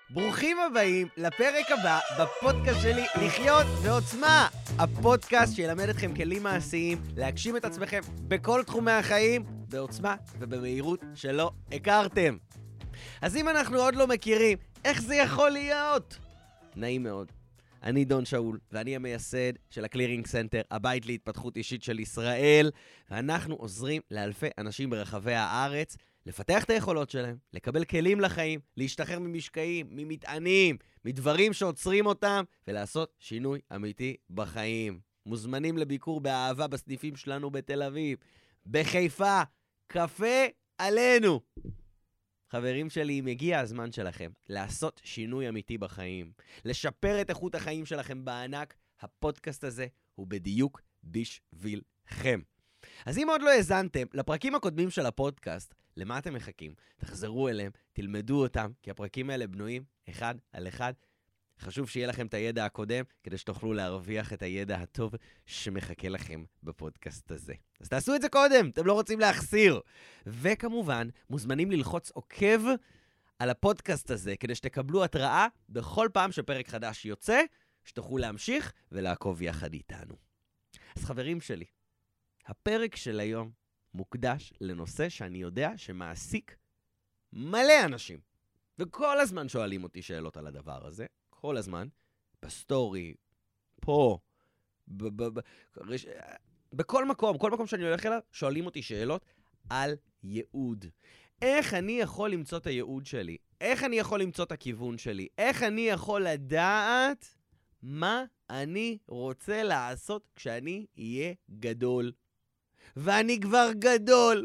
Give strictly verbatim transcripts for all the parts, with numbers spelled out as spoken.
ברוכים הבאים לפרק הבא בפודקאסט שלי לחיות בעוצמה. הפודקאסט שילמד אתכם כלים מעשיים להגשים את עצמכם בכל תחומי החיים בעוצמה ובמהירות שלא הכרתם. אז אם אנחנו עוד לא מכירים, איך זה יכול להיות? נעים מאוד. אני דון שאול, ואני המייסד של הקלירינג סנטר, הבית להתפתחות אישית של ישראל, ואנחנו עוזרים לאלפי אנשים ברחבי הארץ לפתח את היכולות שלהם, לקבל כלים לחיים, להשתחרר ממשקעים, ממטענים, מדברים שעוצרים אותם, ולעשות שינוי אמיתי בחיים. מוזמנים לביקור באהבה בסניפים שלנו בתל אביב, בחיפה, קפה עלינו. חברים שלי, אם הגיע הזמן שלכם לעשות שינוי אמיתי בחיים, לשפר את איכות החיים שלכם בענק, הפודקאסט הזה הוא בדיוק בשבילכם. אז אם עוד לא הזנתם לפרקים הקודמים של הפודקאסט, למה אתם מחכים? תחזרו אליהם, תלמדו אותם, כי הפרקים האלה בנויים אחד על אחד. חשוב שיהיה לכם את הידע הקודם, כדי שתוכלו להרוויח את הידע הטוב שמחכה לכם בפודקאסט הזה. אז תעשו את זה קודם, אתם לא רוצים להחסיר. וכמובן, מוזמנים ללחוץ עוקב על הפודקאסט הזה, כדי שתקבלו התראה בכל פעם שפרק חדש יוצא, שתוכלו להמשיך ולעקוב יחד איתנו. אז חברים שלי, הפרק של היום מוקדש לנושא שאני יודע שמעסיק מלא אנשים. וכל הזמן שואלים אותי שאלות על הדבר הזה. כל הזמן, בסטורי, פה, ב- ב- ב- רש... בכל מקום, כל מקום שאני הולך אליו, שואלים אותי שאלות על ייעוד. איך אני יכול למצוא את הייעוד שלי? איך אני יכול למצוא את הכיוון שלי? איך אני יכול לדעת מה אני רוצה לעשות כשאני אהיה גדול? ואני כבר גדול.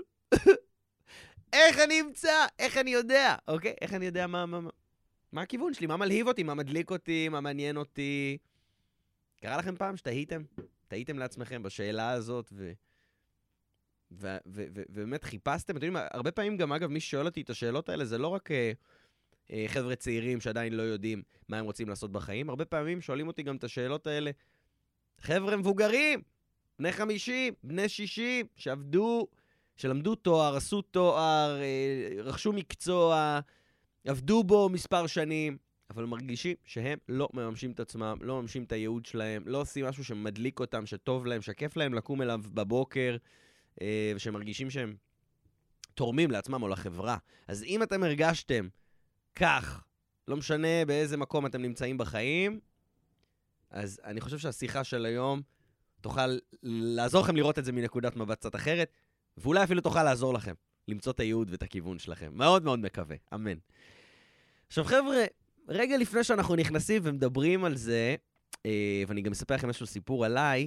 איך אני אמצא? איך אני יודע? אוקיי? איך אני יודע מה... מה, מה? מה הכיוון שלי? מה מלהיב אותי? מה מדליק אותי? מה מעניין אותי? קרה לכם פעם שתהיתם? תהיתם לעצמכם בשאלה הזאת ו... ו... ו... ו... ובאמת חיפשתם? אתם יודעים, הרבה פעמים גם, אגב, מי ששואל אותי את השאלות האלה, זה לא רק אה, אה, חבר'ה צעירים שעדיין לא יודעים מה הם רוצים לעשות בחיים. הרבה פעמים שואלים אותי גם את השאלות האלה, חבר'ה מבוגרים, בני חמישים, בני שישים, שעבדו, שלמדו תואר, עשו תואר, אה, רכשו מקצוע, עבדו בו מספר שנים, אבל מרגישים שהם לא מממשים את עצמם, לא מממשים את הייעוד שלהם, לא עושים משהו שמדליק אותם, שטוב להם, שכיף להם לקום אליו בבוקר, אה, ושמרגישים שהם תורמים לעצמם או לחברה. אז אם אתם הרגשתם כך, לא משנה באיזה מקום אתם נמצאים בחיים, אז אני חושב שהשיחה של היום תוכל לעזור לכם לראות את זה מנקודת מבט קצת אחרת, ואולי אפילו תוכל לעזור לכם למצוא את הייעוד ואת הכיוון שלכם. מאוד מאוד מקווה. אמן. עכשיו חבר'ה, רגע לפני שאנחנו נכנסים ומדברים על זה, אה, ואני גם אספר לכם איזשהו סיפור עליי,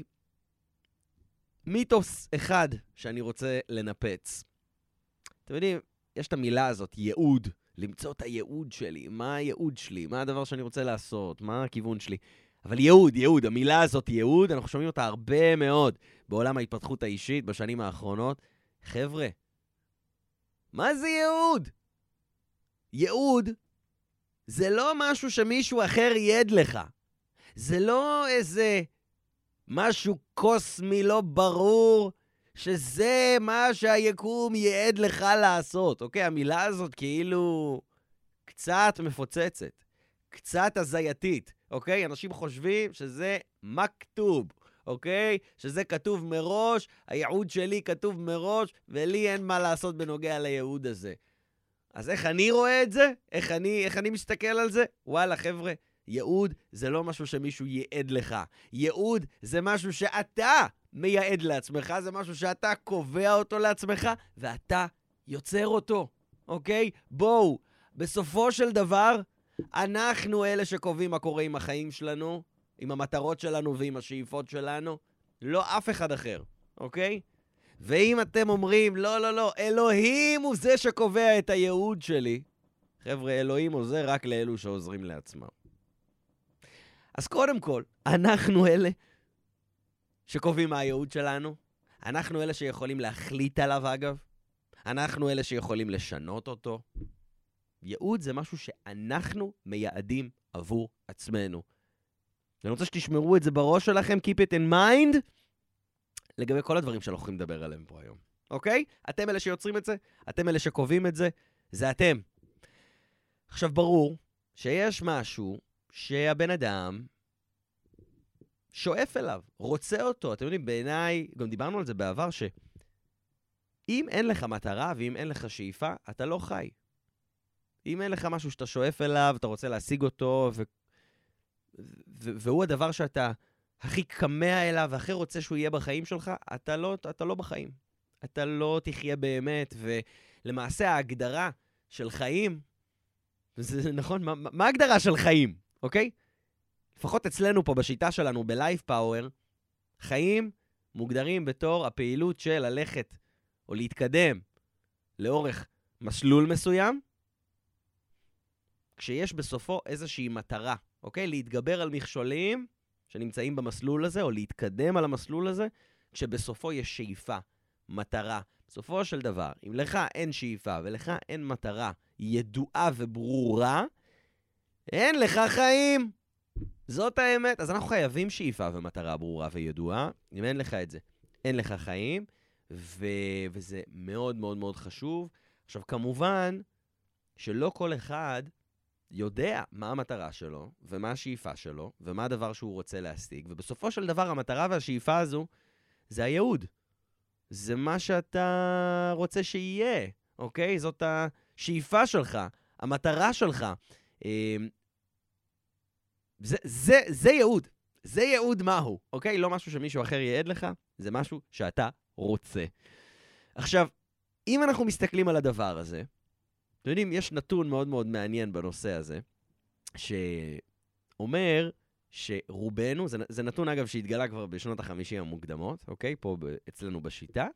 מיתוס אחד שאני רוצה לנפץ. אתם יודעים, יש את המילה הזאת, ייעוד, למצוא את הייעוד שלי, מה הייעוד שלי, מה הדבר שאני רוצה לעשות, מה הכיוון שלי. אבל ייעוד, ייעוד, המילה הזאת ייעוד, אנחנו שומעים אותה הרבה מאוד בעולם ההתפתחות האישית בשנים האחרונות. חבר'ה, מה זה ייעוד? ייעוד זה לא משהו שמישהו אחר ייעד לך. זה לא איזה משהו קוסמי לא ברור, שזה מה שהיקום ייעד לך לעשות. אוקיי, המילה הזאת כאילו קצת מפוצצת, קצת הזייתית. אוקיי, אנשים חושבים שזה מכתוב. אוקיי? שזה כתוב מראש, הייעוד שלי כתוב מראש, ולי אין מה לעשות בנוגע לייעוד הזה. אז איך אני רואה את זה? איך אני, איך אני מסתכל על זה? וואלה, חבר'ה, ייעוד זה לא משהו שמישהו ייעד לך. ייעוד זה משהו שאתה מייעד לעצמך, זה משהו שאתה קובע אותו לעצמך, ואתה יוצר אותו. אוקיי? בואו, בסופו של דבר, אנחנו אלה שקובעים מה קורה עם החיים שלנו, עם המטרות שלנו ועם השאיפות שלנו, לא אף אחד אחר, אוקיי? ואם אתם אומרים, לא, לא, לא, אלוהים הוא זה שקובע את הייעוד שלי, חבר'ה, אלוהים עוזר רק לאלו שעוזרים לעצמם. אז קודם כל, אנחנו אלה שקובעים מה הייעוד שלנו, אנחנו אלה שיכולים להחליט עליו, אגב, אנחנו אלה שיכולים לשנות אותו. ייעוד זה משהו שאנחנו מייעדים עבור עצמנו. אני רוצה שתשמרו את זה בראש שלכם, keep it in mind, לגבי כל הדברים שאנחנו יכולים לדבר עליהם פה היום. אוקיי? אתם אלה שיוצרים את זה, אתם אלה שקובעים את זה, זה אתם. עכשיו ברור שיש משהו שהבן אדם שואף אליו, רוצה אותו. אתם יודעים, בעיניי, גם דיברנו על זה בעבר, שאם אין לך מטרה ואם אין לך שאיפה, אתה לא חי. אם אין לך משהו שאתה שואף אליו, אתה רוצה להשיג אותו, ו... ו... והוא הדבר שאתה הכי קמא אליו, והכי רוצה שהוא יהיה בחיים שלך, אתה לא, אתה לא בחיים. אתה לא תחיה באמת, ולמעשה ההגדרה של חיים, זה נכון, מה, מה ההגדרה של חיים, אוקיי? לפחות אצלנו פה בשיטה שלנו, בלייף פאוור, חיים מוגדרים בתור הפעילות של ללכת או להתקדם לאורך מסלול מסוים, כשיש בסופו איזושהי מטרה, אוקיי? להתגבר על מכשולים שנמצאים במסלול הזה, או להתקדם על המסלול הזה, כשבסופו יש שאיפה, מטרה. בסופו של דבר, אם לך אין שאיפה ולך אין מטרה ידועה וברורה, אין לך חיים. זאת האמת. אז אנחנו חייבים שאיפה ומטרה ברורה וידועה. אם אין לך את זה, אין לך חיים, ו... וזה מאוד מאוד מאוד חשוב. עכשיו, כמובן שלא כל אחד יודע מה המטרה שלו, ומה השאיפה שלו, ומה הדבר שהוא רוצה להשיג, ובסופו של דבר המטרה והשאיפה הזו זה הייעוד. זה מה שאתה רוצה שיהיה, אוקיי? זאת השאיפה שלך, המטרה שלך. זה, זה, זה ייעוד. זה ייעוד מהו, אוקיי? לא משהו שמישהו אחר ייעד לך, זה משהו שאתה רוצה. עכשיו, אם אנחנו מסתכלים על הדבר הזה, אתם יודעים, יש נתון מאוד מאוד מעניין בנושא הזה, שאומר שרובנו, זה, זה נתון אגב שהתגלה כבר בשנות החמישים המוקדמות, אוקיי? פה ב, אצלנו בשיטה,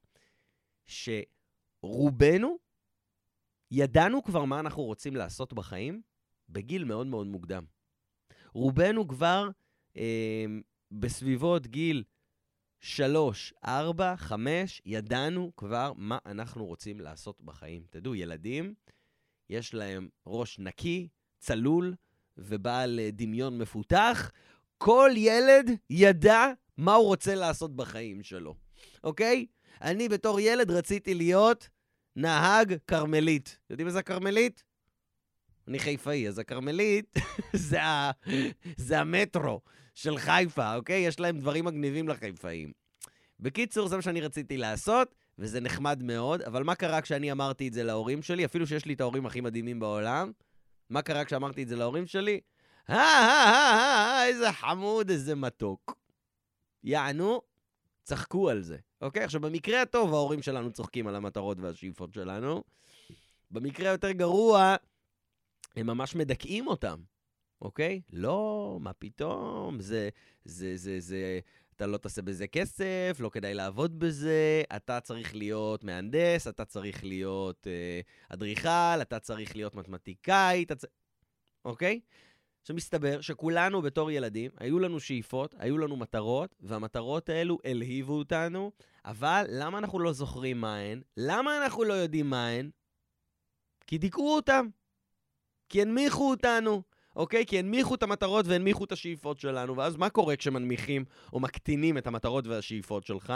שרובנו ידענו כבר מה אנחנו רוצים לעשות בחיים בגיל מאוד מאוד מוקדם. רובנו כבר אה, בסביבות גיל שלוש, ארבע, חמש, ידענו כבר מה אנחנו רוצים לעשות בחיים. תדעו, ילדים, יש להם ראש נקי, צלול ובעל דמיון מפותח. כל ילד ידע מה הוא רוצה לעשות בחיים שלו, אוקיי? אני בתור ילד רציתי להיות נהג קרמלית. יודעים איזה קרמלית? אני חיפאי, אז הקרמלית זה, ה... זה המטרו של חיפה, אוקיי? יש להם דברים מגניבים לחיפאים. בקיצור, זה מה שאני רציתי לעשות, וזה נחמד מאוד, אבל מה קרה כשאני אמרתי את זה להורים שלי? אפילו שיש לי את ההורים הכי מדהימים בעולם, מה קרה כשאמרתי את זה להורים שלי? הא, הא, הא, הא, איזה חמוד, איזה מתוק. יענו, צחקו על זה, אוקיי? עכשיו, במקרה הטוב, ההורים שלנו צוחקים על המטרות והשאיפות שלנו. במקרה יותר גרוע, הם ממש מדכאים אותם, אוקיי? לא, מה פתאום? זה, זה, זה, זה, אתה לא תעשה בזה כסף, לא כדאי לעבוד בזה, אתה צריך להיות מהנדס, אתה צריך להיות אה, אדריכל, אתה צריך להיות מתמטיקאי, אתה צ... אוקיי? שמסתבר שכולנו בתור ילדים, היו לנו שאיפות, היו לנו מטרות, והמטרות האלו אלהיבו אותנו, אבל למה אנחנו לא זוכרים מה הן? למה אנחנו לא יודעים מה הן? כי דיכאו אותם. כי הנמיכו אותנו, אוקיי? כי הנמיכו את המטרות והנמיכו את השאיפות שלנו, ואז מה קורה כשמנמיכים או מקטינים את המטרות והשאיפות שלך?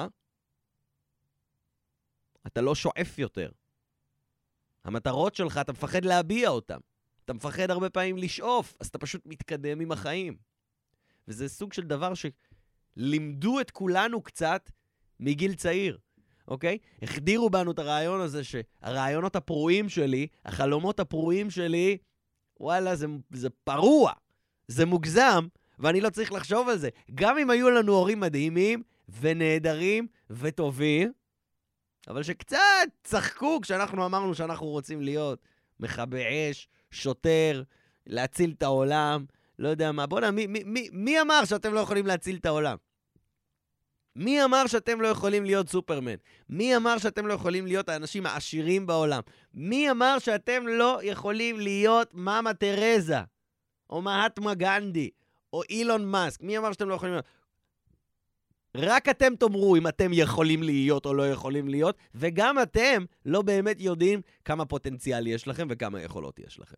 אתה לא שואף יותר. המטרות שלך, אתה מפחד להביע אותם. אתה מפחד הרבה פעמים לשאוף, אז אתה פשוט מתקדם עם החיים. וזה סוג של דבר שלימדו את כולנו קצת מגיל צעיר, אוקיי? החדירו בנו את הרעיון הזה שהרעיונות הפרועים שלי, החלומות הפרועים שלי, וואלה, זה, זה פרוע, זה מוגזם, ואני לא צריך לחשוב על זה. גם אם היו לנו הורים מדהימים ונהדרים וטובים, אבל שקצת צחקו כשאנחנו אמרנו שאנחנו רוצים להיות מכבי אש, שוטר, להציל את העולם, לא יודע מה. בוא'נה, מי, מי, מי, מי אמר שאתם לא יכולים להציל את העולם? מי אמר שאתם לא יכולים להיות סופרמן? מי אמר שאתם לא יכולים להיות האנשים העשירים בעולם? מי אמר שאתם לא יכולים להיות מאמה תרזה? או מהטמה גנדי? או אילון מאסק? מי אמר שאתם לא יכולים להיות? רק אתם תאמרו אם אתם יכולים להיות או לא יכולים להיות, וגם אתם לא באמת יודעים כמה פוטנציאל יש לכם וכמה יכולות יש לכם.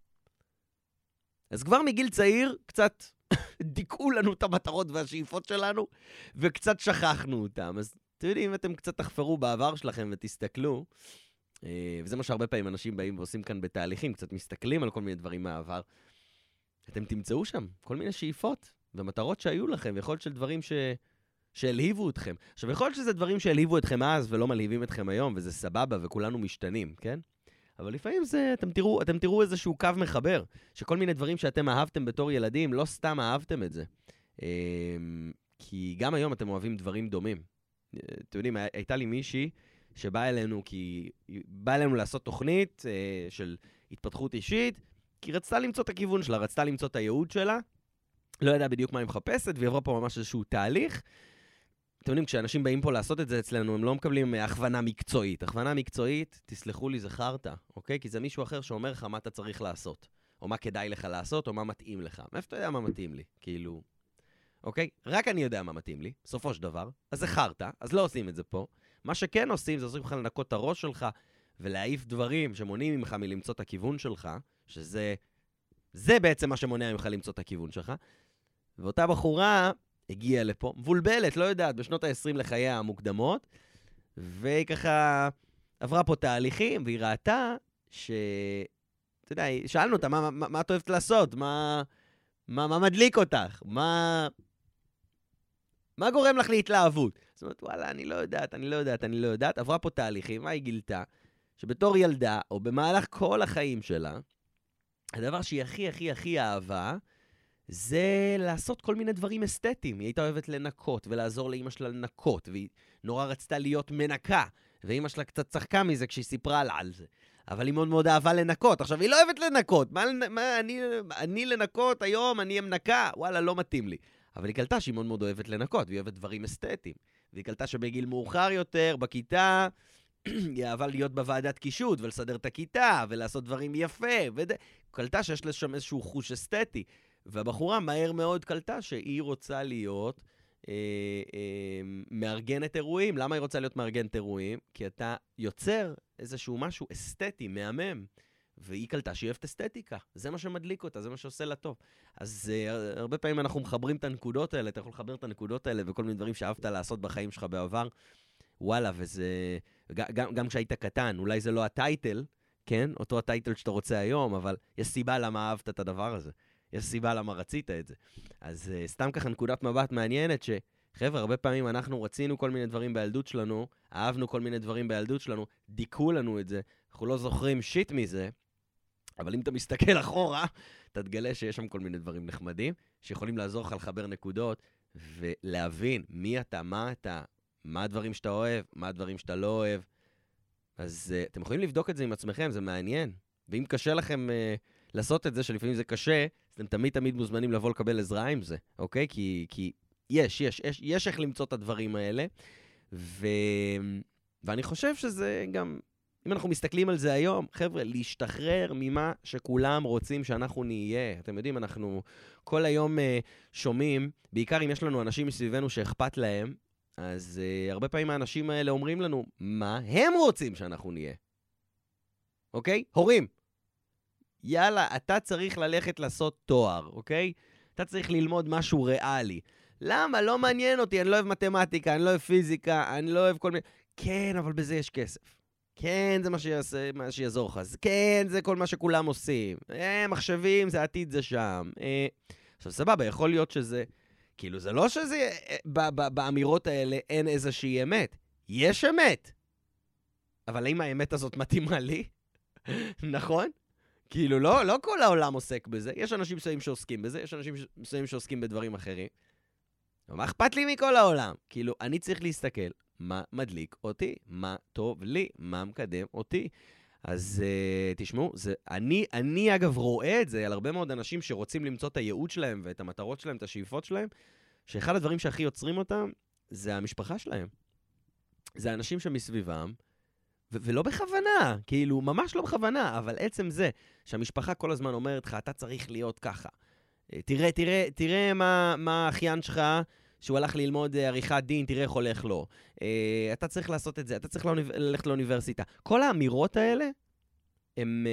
אז כבר מגיל צעיר קצת דיכאו לנו את המטרות והשאיפות שלנו, וקצת שכחנו אותם. אז אתם יודעים, אם אתם קצת תחפרו בעבר שלכם ותסתכלו, וזה מה שהרבה פעמים אנשים באים ועושים כאן בתהליכים, קצת מסתכלים על כל מיני דברים מהעבר, אתם תמצאו שם כל מיני שאיפות ומטרות שהיו לכם, ויכול להיות של דברים ש... שהלהיבו אתכם. עכשיו, יכול להיות שזה דברים שהלהיבו אתכם אז ולא מלהיבים אתכם היום, וזה סבבה וכולנו משתנים, כן? אבל לפעמים זה, אתם תראו, אתם תראו איזשהו קו מחבר, שכל מיני דברים שאתם אהבתם בתור ילדים, לא סתם אהבתם את זה. כי גם היום אתם אוהבים דברים דומים. אתם יודעים, הייתה לי מישהי שבאה אלינו, כי היא באה אלינו לעשות תוכנית של התפתחות אישית, כי היא רצתה למצוא את הכיוון שלה, רצתה למצוא את הייעוד שלה, לא ידעה בדיוק מה היא מחפשת, והיא עברה פה ממש איזשהו תהליך. אתם יודעים, כשאנשים באים פה לעשות את זה אצלנו, הם לא מקבלים הכוונה מקצועית. הכוונה מקצועית, תסלחו לי, זה חרטא, אוקיי? כי זה מישהו אחר שאומר לך מה אתה צריך לעשות, או מה כדאי לך לעשות, או מה מתאים לך. מאיפה אתה יודע מה מתאים לי? כאילו, אוקיי? רק אני יודע מה מתאים לי, בסופו של דבר, אז זה חרטא, אז לא עושים את זה פה. מה שכן עושים, זה עושים לך לנקות את הראש שלך, ולהעיף דברים שמונעים ממך מלמצוא את הכיוון שלך, שזה זה בעצם מה שמונע ממך למצוא את הכיוון שלך. ואותה בחורה הגיעה לפה, מבולבלת, לא יודעת, בשנות ה-עשרים לחייה המוקדמות, והיא ככה עברה פה תהליכים, והיא ראתה ש... אתה יודע, שאלנו אותה, מה, מה, מה את אוהבת לעשות? מה, מה, מה מדליק אותך? מה... מה גורם לך להתלהבות? זאת אומרת, וואלה, אני לא יודעת, אני לא יודעת, אני לא יודעת. עברה פה תהליכים, מה היא גילתה? שבתור ילדה, או במהלך כל החיים שלה, הדבר שהיא הכי, הכי, הכי אהבה, זה לעשות כל מיני דברים אסתטיים. היא הייתה אוהבת לנקות ולעזור לאמא שלה לנקות, והיא נורא רצתה להיות מנקה, ואמא שלה קצת צחקה מזה כשהיא סיפרה לה על זה. אבל היא מאוד מאוד אהבה לנקות. עכשיו, היא לא אוהבת לנקות. מה, מה, אני, אני לנקות היום, אני אמנקה, וואלה, לא מתאים לי. אבל היא קלטה שהיא מאוד מאוד אוהבת לנקות, והיא אוהבת דברים אסתטיים. והיא קלטה שבגיל מאוחר יותר, בכיתה, היא אהבה להיות בוועדת קישוט, ולסדר את הכיתה, ולעשות דברים יפה, וד... קלטה שיש לה שם איזשהו חוש אסתטי. והבחורה מהר מאוד קלטה שהיא רוצה להיות אה, אה, מארגנת אירועים. למה היא רוצה להיות מארגנת אירועים? כי אתה יוצר איזשהו משהו אסתטי, מהמם, והיא קלטה שהיא אוהבת אסתטיקה. זה מה שמדליק אותה, זה מה שעושה לה טוב. אז אה, הרבה פעמים אנחנו מחברים את הנקודות האלה, אתה יכול לחבר את הנקודות האלה וכל מיני דברים שאהבת לעשות בחיים שלך בעבר. וואלה, וזה... גם, גם כשהיית קטן, אולי זה לא הטייטל, כן? אותו הטייטל שאתה רוצה היום, אבל יש סיבה למה אהבת את הדבר הזה. יש סיבה למה רצית את זה. אז uh, סתם ככה נקודת מבט מעניינת שחבר'ה, הרבה פעמים אנחנו רצינו כל מיני דברים בילדות שלנו, אהבנו כל מיני דברים בילדות שלנו, דיכאו לנו את זה, אנחנו לא זוכרים שיט מזה, אבל אם אתה מסתכל אחורה, אתה תגלה שיש שם כל מיני דברים נחמדים, שיכולים לעזור לך לחבר נקודות, ולהבין מי אתה, מה אתה, מה הדברים שאתה אוהב, מה הדברים שאתה לא אוהב. אז uh, אתם יכולים לבדוק את זה עם עצמכם, זה מעניין. ואם קשה לכם uh, לעשות את זה, שלפעמים זה קשה, אז אתם תמיד תמיד מוזמנים לבוא לקבל עזרה עם זה, אוקיי? כי, כי יש, יש, יש, יש איך למצוא את הדברים האלה. ו... ואני חושב שזה גם, אם אנחנו מסתכלים על זה היום, חבר'ה, להשתחרר ממה שכולם רוצים שאנחנו נהיה. אתם יודעים, אנחנו כל היום uh, שומעים, בעיקר אם יש לנו אנשים מסביבנו שאכפת להם, אז uh, הרבה פעמים האנשים האלה אומרים לנו, מה הם רוצים שאנחנו נהיה? אוקיי? הורים. יאללה, אתה צריך ללכת לעשות תואר, אוקיי? אתה צריך ללמוד משהו ריאלי. למה? לא מעניין אותי, אני לא אוהב מתמטיקה, אני לא אוהב פיזיקה, אני לא אוהב כל מיני... כן, אבל בזה יש כסף. כן, זה מה, שיעשה, מה שיעזור לך. כן, זה כל מה שכולם עושים. אה, מחשבים, זה עתיד, זה שם. אה... עכשיו, סבבה, יכול להיות שזה... כאילו, זה לא שזה... ב- ב- באמירות האלה אין איזושהי אמת. יש אמת. אבל האם האמת הזאת מתאימה לי? נכון? כאילו, לא, לא כל העולם עוסק בזה. יש אנשים מסוימים שעוסקים בזה, יש אנשים מסוימים שעוסקים בדברים אחרים. מה אכפת לי מכל העולם? כאילו, אני צריך להסתכל מה מדליק אותי, מה טוב לי, מה מקדם אותי. אז uh, תשמעו, זה, אני, אני אגב רואה את זה על הרבה מאוד אנשים שרוצים למצוא את הייעוד שלהם ואת המטרות שלהם, את השאיפות שלהם, שאחד הדברים שהכי יוצרים אותם זה המשפחה שלהם. זה האנשים שמסביבם, ו- ולא בכוונה, כאילו, ממש לא בכוונה, אבל עצם זה שהמשפחה כל הזמן אומרת לך, אתה צריך להיות ככה. תראה, תראה, תראה מה, מה האחיין שלך, שהוא הלך ללמוד עריכת דין, תראה איך הולך לו. אתה צריך לעשות את זה, אתה צריך ללכת לאוניברסיטה. כל האמירות האלה, הן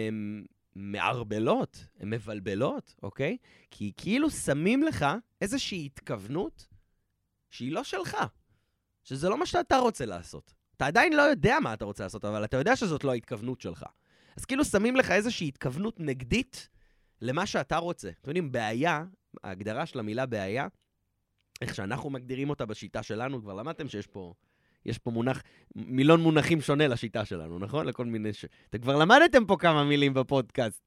מערבלות, הן מבלבלות, אוקיי? כי כאילו שמים לך איזושהי התכוונות שהיא לא שלך, שזה לא מה שאתה רוצה לעשות. אתה עדיין לא יודע מה אתה רוצה לעשות, אבל אתה יודע שזאת לא ההתכוונות שלך. אז כאילו שמים לך איזושהי התכוונות נגדית למה שאתה רוצה. אתם יודעים, בעיה, ההגדרה של המילה בעיה, איך שאנחנו מגדירים אותה בשיטה שלנו, כבר למדתם שיש פה, יש פה מונח, מילון מונחים שונה לשיטה שלנו, נכון? לכל מיני ש... אתם כבר למדתם פה כמה מילים בפודקאסט.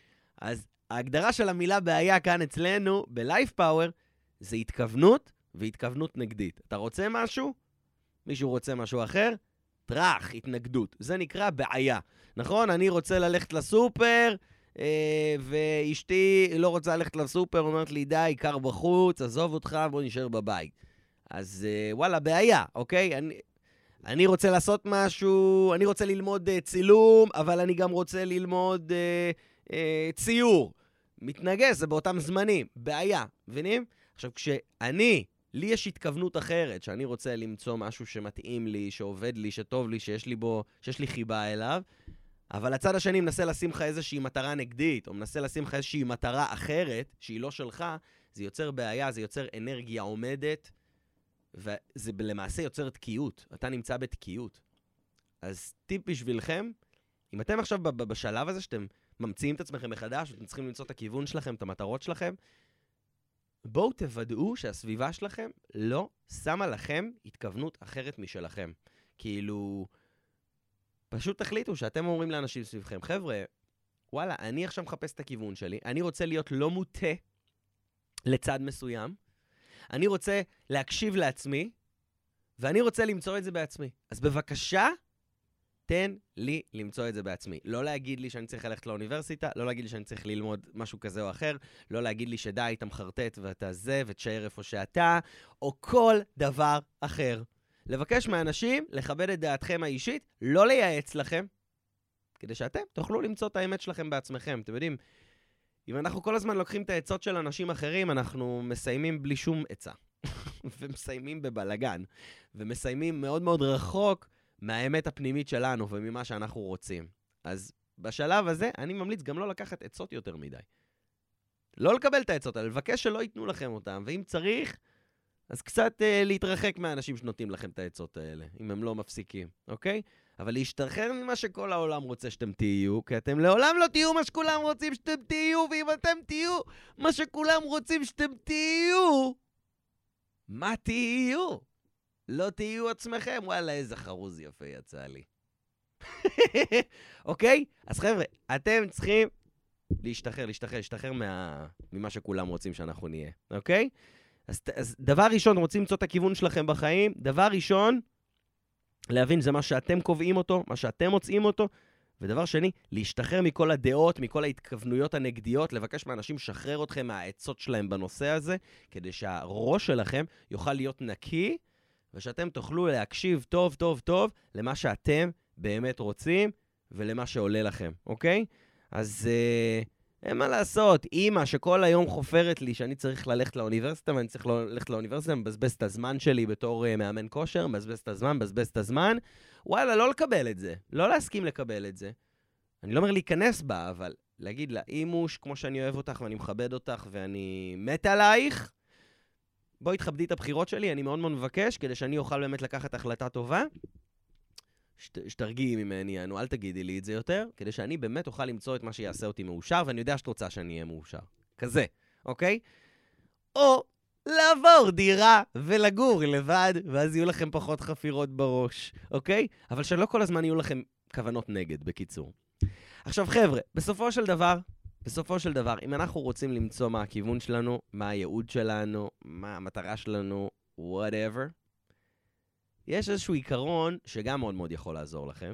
אז ההגדרה של המילה בעיה כאן אצלנו, ב-Life Power, זה התכוונות והתכוונות נגדית. אתה רוצה משהו? מישהו רוצה משהו אחר? טרח, התנגדות. זה נקרא בעיה. נכון? אני רוצה ללכת לסופר, אה, ואשתי לא רוצה ללכת לסופר, אומרת לי, די, קר בחוץ, עזוב אותך, בוא נשאר בבית. אז אה, וואלה, בעיה, אוקיי? אני, אני רוצה לעשות משהו, אני רוצה ללמוד אה, צילום, אבל אני גם רוצה ללמוד אה, אה, ציור. מתנגש, זה באותם זמנים. בעיה, מבינים? עכשיו, כשאני, לי יש התכוונות אחרת, שאני רוצה למצוא משהו שמתאים לי, שעובד לי, שטוב לי, שיש לי בו, שיש לי חיבה אליו, אבל הצד השני מנסה לשים לך איזושהי מטרה נגדית, או מנסה לשים לך איזושהי מטרה אחרת, שהיא לא שלך, זה יוצר בעיה, זה יוצר אנרגיה עומדת, וזה למעשה יוצר תקיעות. אתה נמצא בתקיעות. אז טיפ בשבילכם, אם אתם עכשיו בשלב הזה שאתם ממציאים את עצמכם מחדש, ואתם צריכים למצוא את הכיוון שלכם, את המטרות שלכם, בואו תוודאו שהסביבה שלכם לא שמה לכם התכוונות אחרת משלכם. כאילו, פשוט תחליטו שאתם אומרים לאנשים סביבכם, חבר'ה, וואלה, אני עכשיו מחפש את הכיוון שלי, אני רוצה להיות לא מוטה לצד מסוים, אני רוצה להקשיב לעצמי, ואני רוצה למצוא את זה בעצמי. אז בבקשה, תן לי למצוא את זה בעצמי. לא להגיד לי שאני צריך ללכת לאוניברסיטה, לא להגיד לי שאני צריך ללמוד משהו כזה או אחר, לא להגיד לי שדי, אתה מחרטט ואתה זה, ותשאר איפה שאתה, או כל דבר אחר. לבקש מהאנשים לכבד את דעתכם האישית, לא לייעץ לכם, כדי שאתם תוכלו למצוא את האמת שלכם בעצמכם. אתם יודעים, אם אנחנו כל הזמן לוקחים את העצות של אנשים אחרים, אנחנו מסיימים בלי שום עצה. ומסיימים בבלגן. ומסיימים מאוד מאוד רחוק מהאמת הפנימית שלנו וממה שאנחנו רוצים. אז בשלב הזה, אני ממליץ גם לא לקחת עצות יותר מדי. לא לקבל את העצות האלה, לבקש שלא ייתנו לכם אותם, ואם צריך, אז קצת אה, להתרחק מהאנשים שנותנים לכם את העצות האלה, אם הם לא מפסיקים, אוקיי? אבל להשתחרר ממה שכל העולם רוצה שאתם תהיו, כי אתם לעולם לא תהיו מה שכולם רוצים שאתם תהיו, ואם אתם תהיו מה שכולם רוצים שאתם תהיו, מה תהיו? לא תהיו עצמכם, וואלה, איזה חרוז יפה יצא לי. אוקיי? אז חבר'ה, אתם צריכים להשתחרר, להשתחרר, להשתחרר מה... ממה שכולם רוצים שאנחנו נהיה, אוקיי? אז, אז דבר ראשון, רוצים למצוא את הכיוון שלכם בחיים, דבר ראשון, להבין זה מה שאתם קובעים אותו, מה שאתם מוצאים אותו, ודבר שני, להשתחרר מכל הדעות, מכל ההתכוונויות הנגדיות, לבקש מאנשים לשחרר אתכם מהעצות שלהם בנושא הזה, כדי שהראש שלכם יוכל להיות נקי, ושאתם תוכלו להקשיב טוב, טוב, טוב, למה שאתם באמת רוצים, ולמה שעולה לכם, אוקיי? אז אה, אין מה לעשות, אמא שכל היום חופרת לי שאני צריך ללכת לאוניברסיטה, ואני צריך ללכת לאוניברסיטה, מבזבז את הזמן שלי בתור uh, מאמן כושר, מבזבז את הזמן, מבזבז את הזמן, וואלה, לא לקבל את זה, לא להסכים לקבל את זה. אני לא אומר להיכנס בה, אבל להגיד לה, אימוש, כמו שאני אוהב אותך ואני מכבד אותך ואני מת עלייך, בואי תכבדי את הבחירות שלי, אני מאוד מאוד מבקש, כדי שאני אוכל באמת לקחת החלטה טובה, שת, שתרגיעי ממני, אנו, אל תגידי לי את זה יותר, כדי שאני באמת אוכל למצוא את מה שיעשה אותי מאושר, ואני יודע שאת רוצה שאני אהיה מאושר. כזה, אוקיי? או לעבור דירה ולגור לבד, ואז יהיו לכם פחות חפירות בראש, אוקיי? אבל שלא כל הזמן יהיו לכם כוונות נגד, בקיצור. עכשיו חבר'ה, בסופו של דבר, בסופו של דבר, אם אנחנו רוצים למצוא מה הכיוון שלנו, מה הייעוד שלנו, מה המטרה שלנו, whatever, יש איזשהו עיקרון שגם מאוד מאוד יכול לעזור לכם,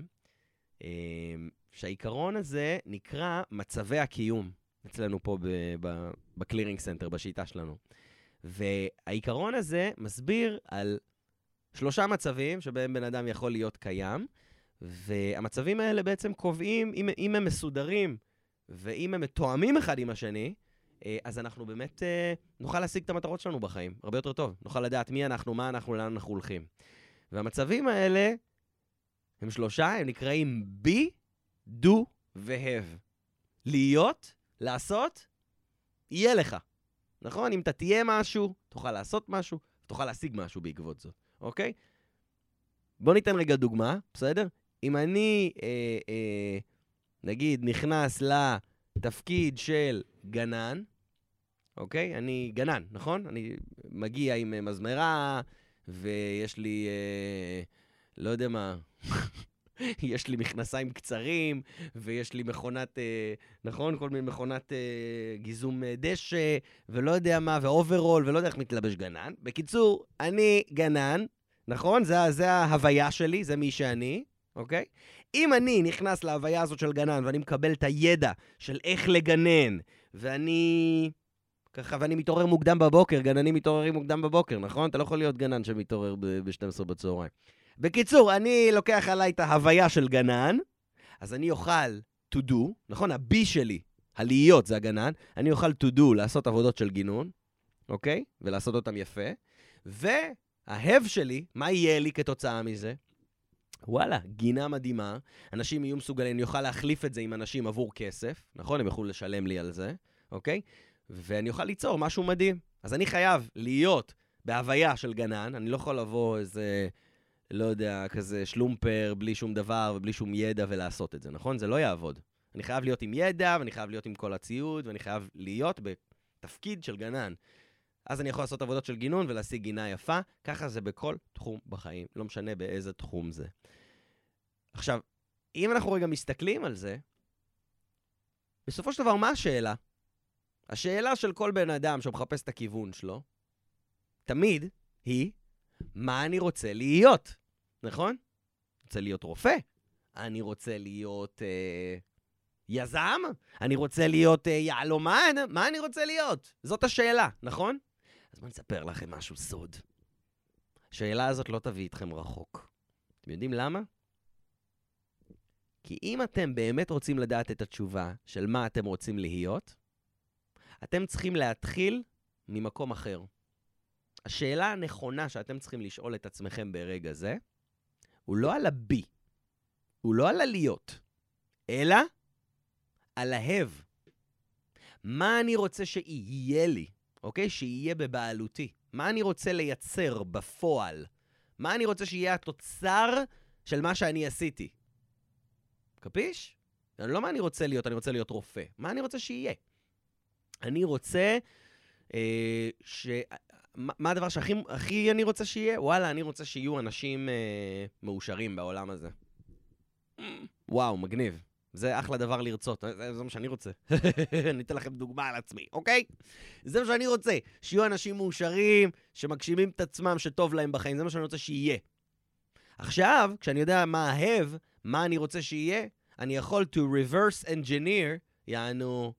שהעיקרון הזה נקרא מצבי הקיום, אצלנו פה בקלירינג סנטר, בשיטה שלנו. והעיקרון הזה מסביר על שלושה מצבים שבהם בן אדם יכול להיות קיים, והמצבים האלה בעצם קובעים, אם, אם הם מסודרים, ואם הם מתואמים אחד עם השני, אז אנחנו באמת נוכל להשיג את המטרות שלנו בחיים, הרבה יותר טוב. נוכל לדעת מי אנחנו, מה אנחנו, לאן אנחנו הולכים. והמצבים האלה הם שלושה, הם נקראים be, do ו-have. להיות, לעשות, יהיה לך. נכון? אם אתה תהיה משהו, תוכל לעשות משהו, תוכל להשיג משהו בעקבות זאת. אוקיי? בוא ניתן רגע דוגמה, בסדר? אם אני, אה, אה, נגיד, נכנס לתפקיד של גנן, אוקיי? אני גנן, נכון? אני מגיע עם מזמרה, ויש לי, אה, לא יודע מה, יש לי מכנסיים קצרים, ויש לי מכונת, אה, נכון? כל מיני מכונת אה, גיזום אה, דשא, ולא יודע מה, ואוברול, ולא יודע איך מתלבש גנן. בקיצור, אני גנן, נכון? זה, זה ההוויה שלי, זה מי שאני, אוקיי? אם אני נכנס להוויה הזאת של גנן, ואני מקבל את הידע של איך לגנן, ואני... ככה, ואני מתעורר מוקדם בבוקר, גננים מתעוררים מוקדם בבוקר, נכון? אתה לא יכול להיות גנן שמתעורר ב-שתים עשרה בצהריים. בקיצור, אני לוקח עליי את ההוויה של גנן, אז אני אוכל to do, נכון? ה-B שלי, הלהיות זה הגנן, אני אוכל to do, לעשות עבודות של גינון, אוקיי? ולעשות אותם יפה. וההב שלי, מה יהיה לי כתוצאה מזה? וואלה, גינה מדהימה. אנשים יהיו מסוגלים, אני אוכל להחליף את זה עם אנשים עבור כסף, נכון? הם יוכלו לשלם לי על זה, אוקיי? ואני אוכל ליצור משהו מדהים. אז אני חייב להיות בהוויה של גנן, אני לא יכול לבוא איזה, לא יודע, כזה שלומפר, בלי שום דבר ובלי שום ידע ולעשות את זה, נכון? זה לא יעבוד. אני חייב להיות עם ידע, ואני חייב להיות עם כל הציוד, ואני חייב להיות בתפקיד של גנן. אז אני יכול לעשות עבודות של גינון ולהשיג גינה יפה, ככה זה בכל תחום בחיים, לא משנה באיזה תחום זה. עכשיו, אם אנחנו רגע מסתכלים על זה, בסופו של דבר, מה השאלה? השאלה של כל בן אדם שמחפש את הכיוון שלו, תמיד היא, מה אני רוצה להיות, נכון? אני רוצה להיות רופא, אני רוצה להיות אה, יזם, אני רוצה להיות אה, יעלומן, מה אני רוצה להיות? זאת השאלה, נכון? אז בואו נספר לכם משהו סוד. השאלה הזאת לא תביא אתכם רחוק. אתם יודעים למה? כי אם אתם באמת רוצים לדעת את התשובה של מה אתם רוצים להיות, אתם צריכים להתחיל ממקום אחר. השאלה הנכונה שאתם צריכים לשאול את עצמכם ברגע זה, הוא לא על הבי, הוא לא על הלהיות, אלא על ההב. מה אני רוצה שיהיה לי, אוקיי? שיהיה בבעלותי. מה אני רוצה לייצר בפועל? מה אני רוצה שיהיה התוצר של מה שאני עשיתי? קפיש? לא מה אני רוצה להיות, אני רוצה להיות רופא. מה אני רוצה שיהיה? אני רוצה אה, ש... מה, מה הדבר שהכי הכי אני רוצה שיהיה? וואלה, אני רוצה שיהיו אנשים אה, מאושרים בעולם הזה. וואו, מגניב. זה אחלה דבר לרצות. זה, זה מה שאני רוצה. אני אתן לכם דוגמה על עצמי, אוקיי? זה מה שאני רוצה. שיהיו אנשים מאושרים, שמגשימים את עצמם, שטוב להם בחיים. זה מה שאני רוצה שיהיה. עכשיו, כשאני יודע מה ההב, מה אני רוצה שיהיה, אני יכול to reverse engineer, יענו...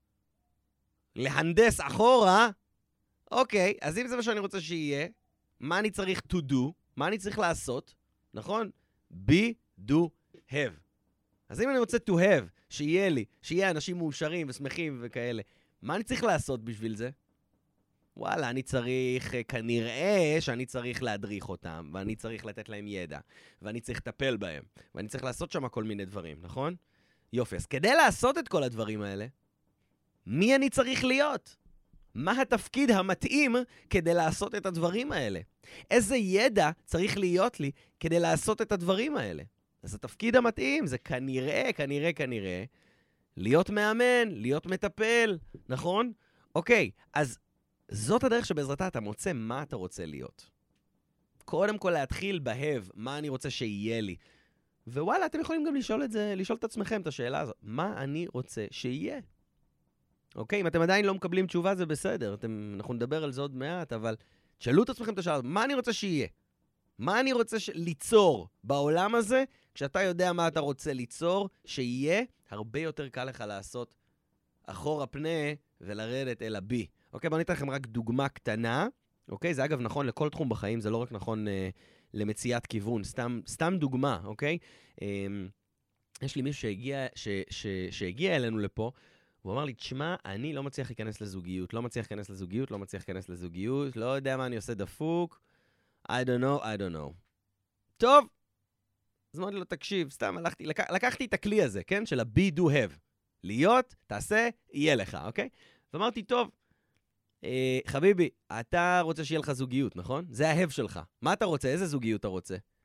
להנדס אחורה, אוקיי, אז אם זה מה שאני רוצה שיהיה, מה אני צריך to do, מה אני צריך לעשות, נכון? be, do, have. אז אם אני רוצה to have, שיהיה לי, שיהיה אנשים מאושרים ושמחים וכאלה, מה אני צריך לעשות בשביל זה? וואלה, אני צריך, כנראה שאני צריך להדריך אותם, ואני צריך לתת להם ידע, ואני צריך לטפל בהם, ואני צריך לעשות שם כל מיני דברים, נכון? יופי, אז כדי לעשות את כל הדברים האלה, מי אני צריך להיות? מה התפקיד המתאים כדי לעשות את הדברים האלה? איזה ידע צריך להיות לי כדי לעשות את הדברים האלה? אז התפקיד המתאים זה כנראה, כנראה, כנראה, להיות מאמן, להיות מטפל, נכון? אוקיי, אז זאת הדרך שבעזרתה אתה מוצא מה אתה רוצה להיות. קודם כל להתחיל בהב, מה אני רוצה שיהיה לי. ווואלה, אתם יכולים גם לשאול את זה, לשאול את עצמכם את השאלה הזאת. מה אני רוצה שיהיה? אוקיי, אם אתם עדיין לא מקבלים תשובה, זה בסדר. אתם, אנחנו נדבר על זה עוד מעט, אבל תשאלו את עצמכם את השאלה, מה אני רוצה שיהיה? מה אני רוצה ש... ליצור בעולם הזה? כשאתה יודע מה אתה רוצה ליצור, שיהיה, הרבה יותר קל לך לעשות אחורה פנה ולרדת אל הבי. אוקיי, בואו ניתן לכם רק דוגמה קטנה. אוקיי, זה אגב נכון לכל תחום בחיים, זה לא רק נכון אה, למציאת כיוון. סתם, סתם דוגמה, אוקיי? אה, יש לי מישהו שהגיע, ש, ש, שהגיע אלינו לפה, הוא אמר לי, תשמע, אני לא מצליח להיכנס לזוגיות, לא מצליח להיכנס לזוגיות, לא מצליח להיכנס לזוגיות, לא יודע מה אני עושה דפוק, I don't know, I don't know. טוב, אז אמרתי לו, תקשיב, סתם הלכתי, לק... לקחתי את הכלי הזה, כן? של ה-be, do, have. להיות, תעשה, יהיה לך, אוקיי? ואמרתי, טוב, אה, חביבי, אתה רוצה שיהיה לך זוגיות, נכון? זה ה-have שלך. מה אתה רוצה? איזה זוגיות אתה רוצה?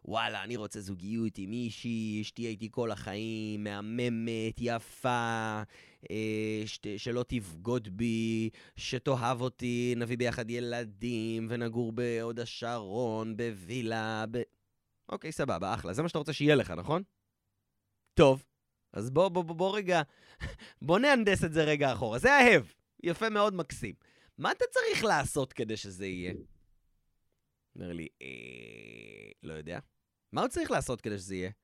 וואלה, אני רוצה זוגיות עם מישהי, שתהיה איתי כל החיים, מהממת, יפה, אה, שת, שלא תבגוד בי, שתאהב אותי, נביא ביחד ילדים, ונגור בהוד השרון, בווילה, ב... אוקיי, סבבה, אחלה. זה מה שאתה רוצה שיהיה לך, נכון? טוב, אז בוא, בוא, בוא, בוא רגע, בוא נהנדס את זה רגע אחורה. זה אהב, יפה מאוד, מקסים. מה אתה צריך לעשות כדי שזה יהיה? אומר לי, אה, לא יודע. מה הוא צריך לעשות כדי שזה יהיה?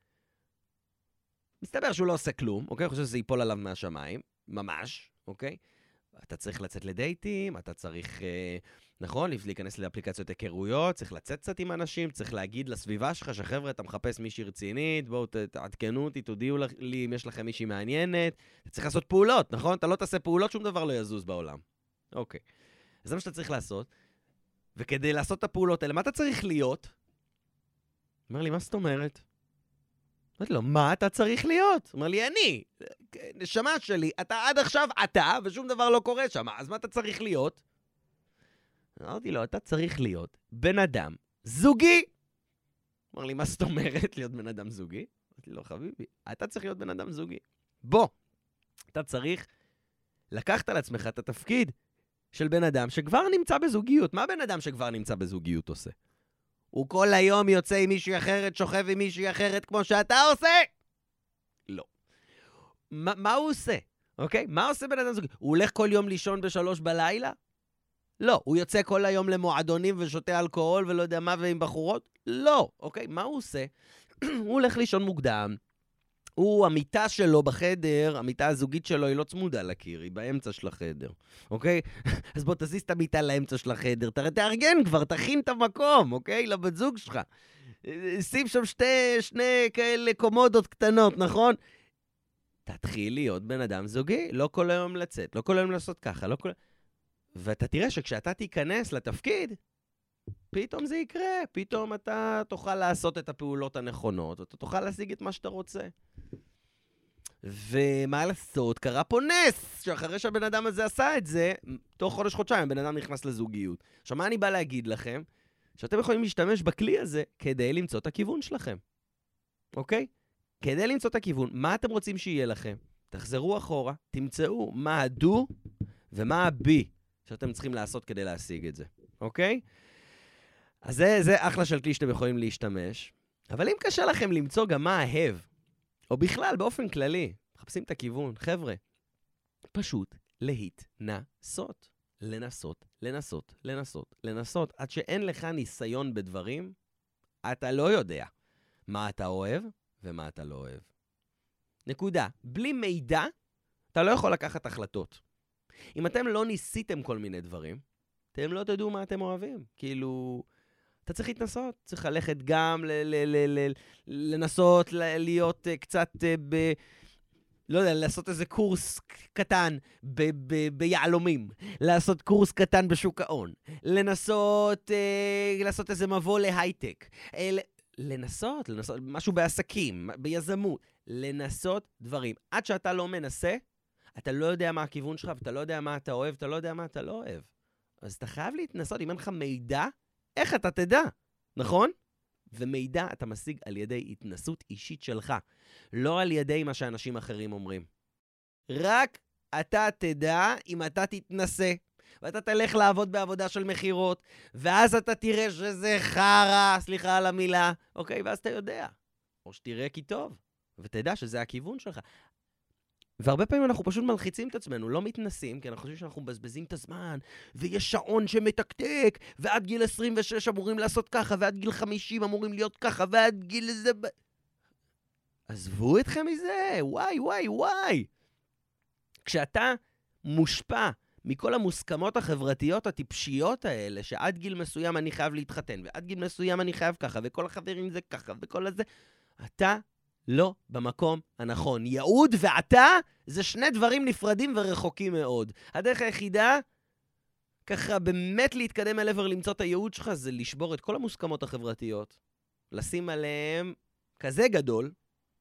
מסתבר שהוא לא עושה כלום, אוקיי? אני חושב שזה ייפול עליו מהשמיים, ממש, אוקיי? אתה צריך לצאת לדייטים, אתה צריך, אה, נכון, להיכנס לאפליקציות היכרויות, צריך לצאת קצת עם אנשים, צריך להגיד לסביבה שלך שחבר'ה, אתה מחפש מישהי רצינית, בואו תעדכנו אותי, תודיעו לי אם יש לכם מישהי מעניינת. אתה צריך לעשות פעולות, נכון? אתה לא תעשה פעולות, שום דבר לא יזוז בעולם. אוקיי. אז זה מה שאתה צריך לעשות. וכדי לעשות את הפעולות האלה, מה אתה צריך להיות? אומר לי, מה זאת אומרת? אמרתי לו, מה אתה צריך להיות? אומר לי, אני, נשמה שלי, אתה עד עכשיו אתה, ושום דבר לא קורה שם, אז מה אתה צריך להיות? אמרתי לו, אתה צריך להיות בן אדם זוגי. אמר לי, מה זאת אומרת להיות בן אדם זוגי? אמרתי לו, חביבי, אתה צריך להיות בן אדם זוגי. בוא, אתה צריך לקחת על עצמך את התפקיד של בן אדם שכבר נמצא בזוגיות. מה בן אדם שכבר נמצא בזוגיות עושה? הוא כל היום יוצא עם מישהי אחרת, שוכב עם מישהי אחרת כמו שאתה עושה? לא. ما, מה הוא עושה? אוקיי? מה עושה בן אדם זוגי? הוא הולך כל יום לישון בשלוש בלילה? לא. הוא יוצא כל היום למועדונים ושותה אלכוהול ולא יודע מה ועם בחורות? לא. אוקיי? מה הוא עושה? הוא הולך לישון מוקדם. הוא, המיטה שלו בחדר, המיטה הזוגית שלו היא לא צמודה לקיר, היא באמצע של החדר, אוקיי? אז בוא תזיז את המיטה לאמצע של החדר, תראה, תארגן כבר, תכין את המקום, אוקיי? לבת זוג שלך. שים שם שתי, שני כאלה קומודות קטנות, נכון? תתחיל להיות בן אדם זוגי, לא כל היום לצאת, לא כל היום לעשות ככה, לא כל... ואתה תראה שכשאתה תיכנס לתפקיד, פתאום זה יקרה, פתאום אתה תוכל לעשות את הפעולות הנכונות, אתה תוכל להשיג את מה שאתה רוצה. ומה לעשות? קרה פה נס, שאחרי שהבן אדם הזה עשה את זה, תוך חודש חודשיים הבן אדם נכנס לזוגיות. עכשיו, מה אני בא להגיד לכם? שאתם יכולים להשתמש בכלי הזה כדי למצוא את הכיוון שלכם. אוקיי? כדי למצוא את הכיוון, מה אתם רוצים שיהיה לכם? תחזרו אחורה, תמצאו מה הדו ומה הבי שאתם צריכים לעשות כדי להשיג את זה. אוקיי? אז זה, זה אחלה של כלי שאתם יכולים להשתמש. אבל אם קשה לכם למצוא גם מה ההב, או בכלל, באופן כללי, מחפשים את הכיוון, חבר'ה, פשוט להתנסות. לנסות, לנסות, לנסות, לנסות. עד שאין לך ניסיון בדברים, אתה לא יודע מה אתה אוהב ומה אתה לא אוהב. נקודה. בלי מידע, אתה לא יכול לקחת החלטות. אם אתם לא ניסיתם כל מיני דברים, אתם לא תדעו מה אתם אוהבים. כאילו, אתה צריך להתנסות, צריך ללכת גם ל- ל- ל- ל- לנסות ל- להיות uh, קצת, uh, ב... לא יודע, לעשות איזה קורס קטן ב- ב- ביעלומים, לעשות קורס קטן בשוק ההון, לנסות uh, לעשות איזה מבוא להייטק, uh, לנסות, לנסות משהו בעסקים, ביזמות, לנסות דברים. עד שאתה לא מנסה, אתה לא יודע מה הכיוון שלך, ואתה לא יודע מה אתה אוהב, אתה לא יודע מה אתה לא אוהב. אז אתה חייב להתנסות, אם אין לך מידע, איך אתה תדע, נכון? ומידע אתה משיג על ידי התנסות אישית שלך, לא על ידי מה שאנשים אחרים אומרים. רק אתה תדע אם אתה תתנסה, ואתה תלך לעבוד בעבודה של מחירות, ואז אתה תראה שזה חרה, סליחה על המילה, אוקיי? ואז אתה יודע. או שתראה כי טוב, ותדע שזה הכיוון שלך. והרבה פעמים אנחנו פשוט מלחיצים את עצמנו, לא מתנסים, כי אנחנו חושבים שאנחנו מבזבזים את הזמן, ויש שעון שמתקתק, ועד גיל עשרים ושש אמורים לעשות ככה, ועד גיל חמישים אמורים להיות ככה, ועד גיל זה... עזבו אתכם מזה, וואי, וואי, וואי. כשאתה מושפע מכל המוסכמות החברתיות הטיפשיות האלה, שעד גיל מסוים אני חייב להתחתן, ועד גיל מסוים אני חייב ככה, וכל החברים זה ככה, וכל הזה, אתה... לא במקום הנכון. ייעוד ואתה זה שני דברים נפרדים ורחוקים מאוד. הדרך היחידה, ככה באמת להתקדם אל עבר למצוא את הייעוד שלך, זה לשבור את כל המוסכמות החברתיות, לשים עליהם כזה גדול,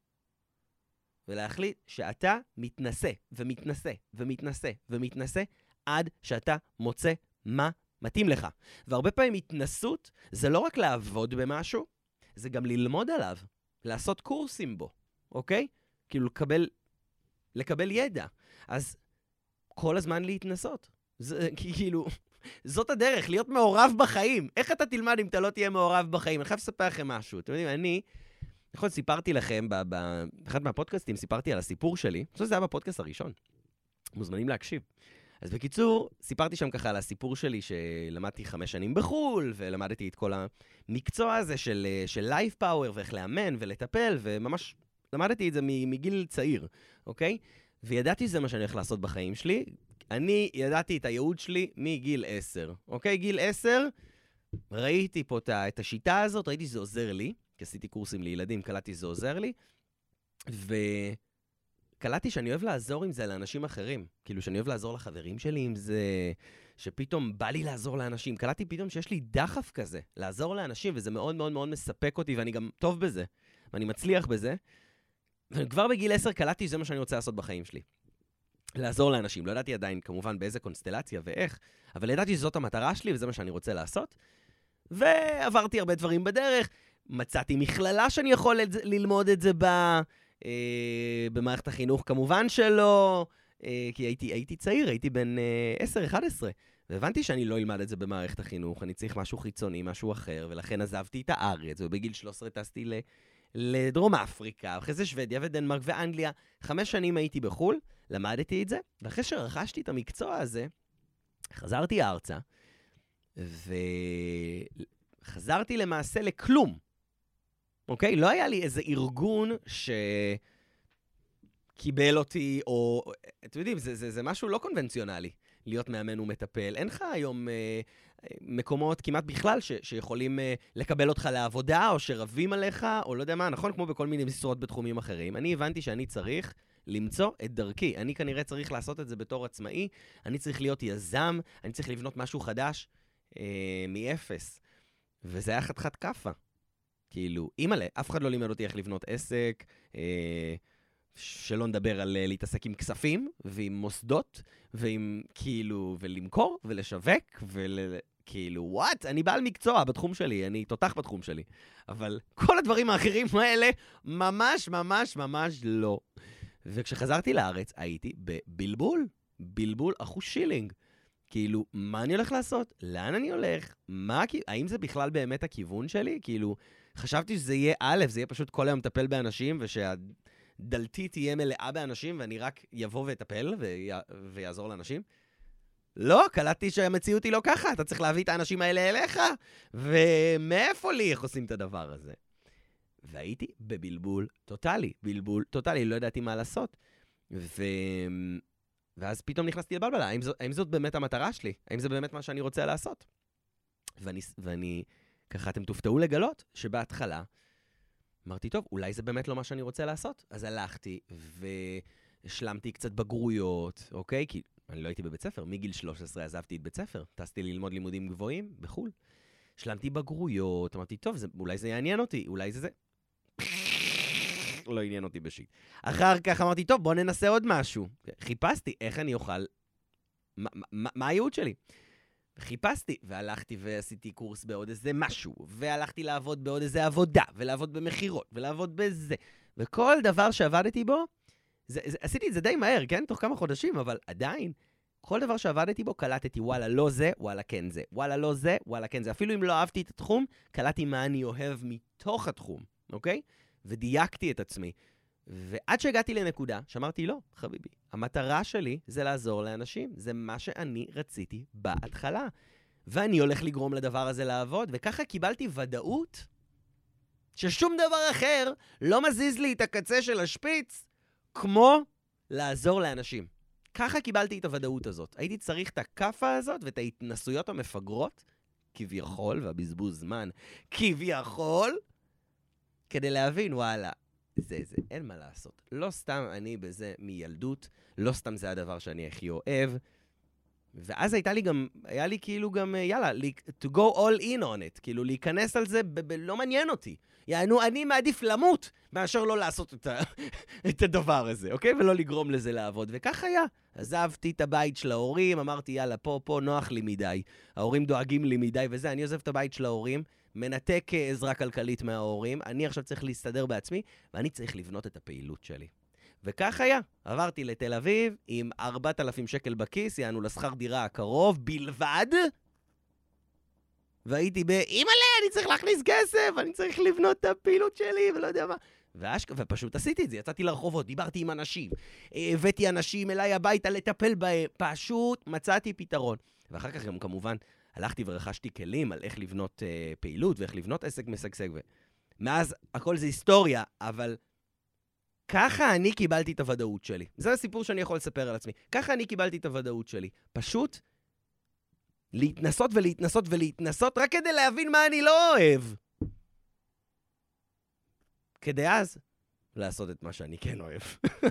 ולהחליט שאתה מתנסה ומתנסה ומתנסה ומתנסה, עד שאתה מוצא מה מתאים לך. והרבה פעמים התנסות זה לא רק לעבוד במשהו, זה גם ללמוד עליו, לעשות קורסים בו, אוקיי? כאילו לקבל, לקבל ידע. אז כל הזמן להתנסות. זה כאילו, זאת הדרך, להיות מעורב בחיים. איך אתה תלמד אם אתה לא תהיה מעורב בחיים? אני חייב לספר לכם משהו. אתם יודעים, אני, נכון, סיפרתי לכם, באחד מהפודקאסטים סיפרתי על הסיפור שלי, אני חושב שזה היה בפודקאסט הראשון. מוזמנים להקשיב. אז בקיצור, סיפרתי שם ככה על הסיפור שלי שלמדתי חמש שנים בחול, ולמדתי את כל המקצוע הזה של, של לייף פאוור, ואיך לאמן ולטפל, וממש למדתי את זה מגיל צעיר, אוקיי? וידעתי שזה מה שאני הולך לעשות בחיים שלי. אני ידעתי את הייעוד שלי מגיל עשר, אוקיי? גיל עשר, ראיתי פה את השיטה הזאת, ראיתי שזה עוזר לי, כי עשיתי קורסים לילדים, קלטתי שזה עוזר לי, ו... קלטתי שאני אוהב לעזור עם זה לאנשים אחרים. כאילו שאני אוהב לעזור לחברים שלי עם זה, שפתאום בא לי לעזור לאנשים. קלטתי פתאום שיש לי דחף כזה, לעזור לאנשים, וזה מאוד מאוד מאוד מספק אותי, ואני גם טוב בזה, ואני מצליח בזה. וכבר בגיל עשר קלטתי שזה מה שאני רוצה לעשות בחיים שלי. לעזור לאנשים. לא ידעתי עדיין, כמובן, באיזה קונסטלציה ואיך, אבל ידעתי שזאת המטרה שלי, וזה מה שאני רוצה לעשות. ועברתי הרבה דברים בדרך. מצאתי מכללה שאני יכול ללמוד את זה בה. Uh, במערכת החינוך כמובן שלא, uh, כי הייתי, הייתי צעיר, הייתי בן uh, עשר אחת עשרה, והבנתי שאני לא אלמד את זה במערכת החינוך, אני צריך משהו חיצוני, משהו אחר, ולכן עזבתי את הארץ, ובגיל שלוש עשרה טסתי ל- לדרום אפריקה, אחרי זה שוודיה ודנמרק ואנגליה, חמש שנים הייתי בחול, למדתי את זה, ואחרי שרכשתי את המקצוע הזה, חזרתי ארצה, וחזרתי למעשה לכלום, אוקיי? לא היה לי איזה ארגון שקיבל אותי, או, אתם יודעים, זה, זה, זה משהו לא קונבנציונלי, להיות מאמן ומטפל. אין לך היום אה, מקומות כמעט בכלל ש, שיכולים אה, לקבל אותך לעבודה, או שרבים עליך, או לא יודע מה, נכון? כמו בכל מיני משרות בתחומים אחרים. אני הבנתי שאני צריך למצוא את דרכי. אני כנראה צריך לעשות את זה בתור עצמאי, אני צריך להיות יזם, אני צריך לבנות משהו חדש אה, מאפס. וזה היה חתיכת כפה. כאילו, אימא'לה, אף אחד לא לימד אותי איך לבנות עסק, אה, שלא נדבר על להתעסק עם כספים, ועם מוסדות, ועם, כאילו, ולמכור, ולשווק, וכאילו, וואט? אני בעל מקצוע בתחום שלי, אני תותח בתחום שלי. אבל כל הדברים האחרים האלה, ממש, ממש, ממש לא. וכשחזרתי לארץ, הייתי בבלבול, בלבול אחוז שילינג. כאילו, מה אני הולך לעשות? לאן אני הולך? מה, האם זה בכלל באמת הכיוון שלי? כאילו, חשבתי שזה יהיה א', זה יהיה פשוט כל היום מטפל באנשים, ושהדלתי תהיה מלאה באנשים, ואני רק יבוא ואטפל וי... ויעזור לאנשים. לא, קלטתי שהמציאות היא לא ככה, אתה צריך להביא את האנשים האלה אליך, ומאיפה לי איך עושים את הדבר הזה? והייתי בבלבול טוטלי, בלבול טוטלי, לא ידעתי מה לעשות. ו... ואז פתאום נכנסתי לבלבלה, האם, זו, האם זאת באמת המטרה שלי? האם זה באמת מה שאני רוצה לעשות? ואני, ואני ככה אתם תופתעו לגלות שבהתחלה אמרתי, טוב, אולי זה באמת לא מה שאני רוצה לעשות. אז הלכתי והשלמתי קצת בגרויות, אוקיי? כי אני לא הייתי בבית ספר, מגיל שלוש עשרה עזבתי את בית ספר, טסתי ללמוד לימודים גבוהים בחול. השלמתי בגרויות, אמרתי, טוב, זה, אולי זה יעניין אותי, אולי זה זה. לא עניין אותי בשיט. אחר כך אמרתי, טוב, בוא ננסה עוד משהו. חיפשתי איך אני אוכל, מה, מה, מה הייעוד שלי? חיפשתי, והלכתי ועשיתי קורס בעוד איזה משהו, והלכתי לעבוד בעוד איזה עבודה, ולעבוד במחירות, ולעבוד בזה. וכל דבר שעבדתי בו, זה, זה, עשיתי את זה די מהר, כן? תוך כמה חודשים, אבל עדיין, כל דבר שעבדתי בו, קלטתי, וואלה, לא זה, וואלה, כן זה. וואלה, לא זה, וואלה, כן זה. אפילו אם לא אהבתי את התחום, קלטתי מה אני אוהב מתוך התחום, אוקיי? ודייקתי את עצמי. ועד שהגעתי לנקודה, שאמרתי, לא, חביבי, המטרה שלי זה לעזור לאנשים. זה מה שאני רציתי בהתחלה. ואני הולך לגרום לדבר הזה לעבוד, וככה קיבלתי ודאות ששום דבר אחר לא מזיז לי את הקצה של השפיץ, כמו לעזור לאנשים. ככה קיבלתי את הוודאות הזאת. הייתי צריך את הכפה הזאת ואת ההתנסויות המפגרות, כביכול, והבזבוז זמן, כביכול, כדי להבין, וואלה, זה, זה, אין מה לעשות. לא סתם אני בזה מילדות, לא סתם זה הדבר שאני הכי אוהב. ואז הייתה לי גם, היה לי כאילו גם, יאללה, to go all in on it, כאילו להיכנס על זה, ב- ב- לא מעניין אותי. יענו, אני מעדיף למות, מאשר לא לעשות את, ה- את הדבר הזה, אוקיי? ולא לגרום לזה לעבוד. וכך היה. עזבתי את הבית של ההורים, אמרתי, יאללה, פה, פה, נוח לי מדי. ההורים דואגים לי מדי וזה, אני עוזב את הבית של ההורים, מנתק עזרה כלכלית מההורים, אני עכשיו צריך להסתדר בעצמי, ואני צריך לבנות את הפעילות שלי. וכך היה, עברתי לתל אביב עם ארבעת אלפים שקל בכיס, יענו לשכר דירה הקרוב בלבד, והייתי באימא'לה, אני צריך להכניס כסף, אני צריך לבנות את הפעילות שלי, ולא יודע מה. ואש... ופשוט עשיתי את זה, יצאתי לרחובות, דיברתי עם אנשים, הבאתי אנשים אליי הביתה לטפל בהם, פשוט מצאתי פתרון. ואחר כך גם כמובן הלכתי ורכשתי כלים על איך לבנות אה, פעילות ואיך לבנות עסק משגשג. מאז הכל זה היסטוריה, אבל ככה אני קיבלתי את הוודאות שלי. זה הסיפור שאני יכול לספר על עצמי. ככה אני קיבלתי את הוודאות שלי. פשוט להתנסות ולהתנסות ולהתנסות רק כדי להבין מה אני לא אוהב. כדי אז לעשות את מה שאני כן אוהב.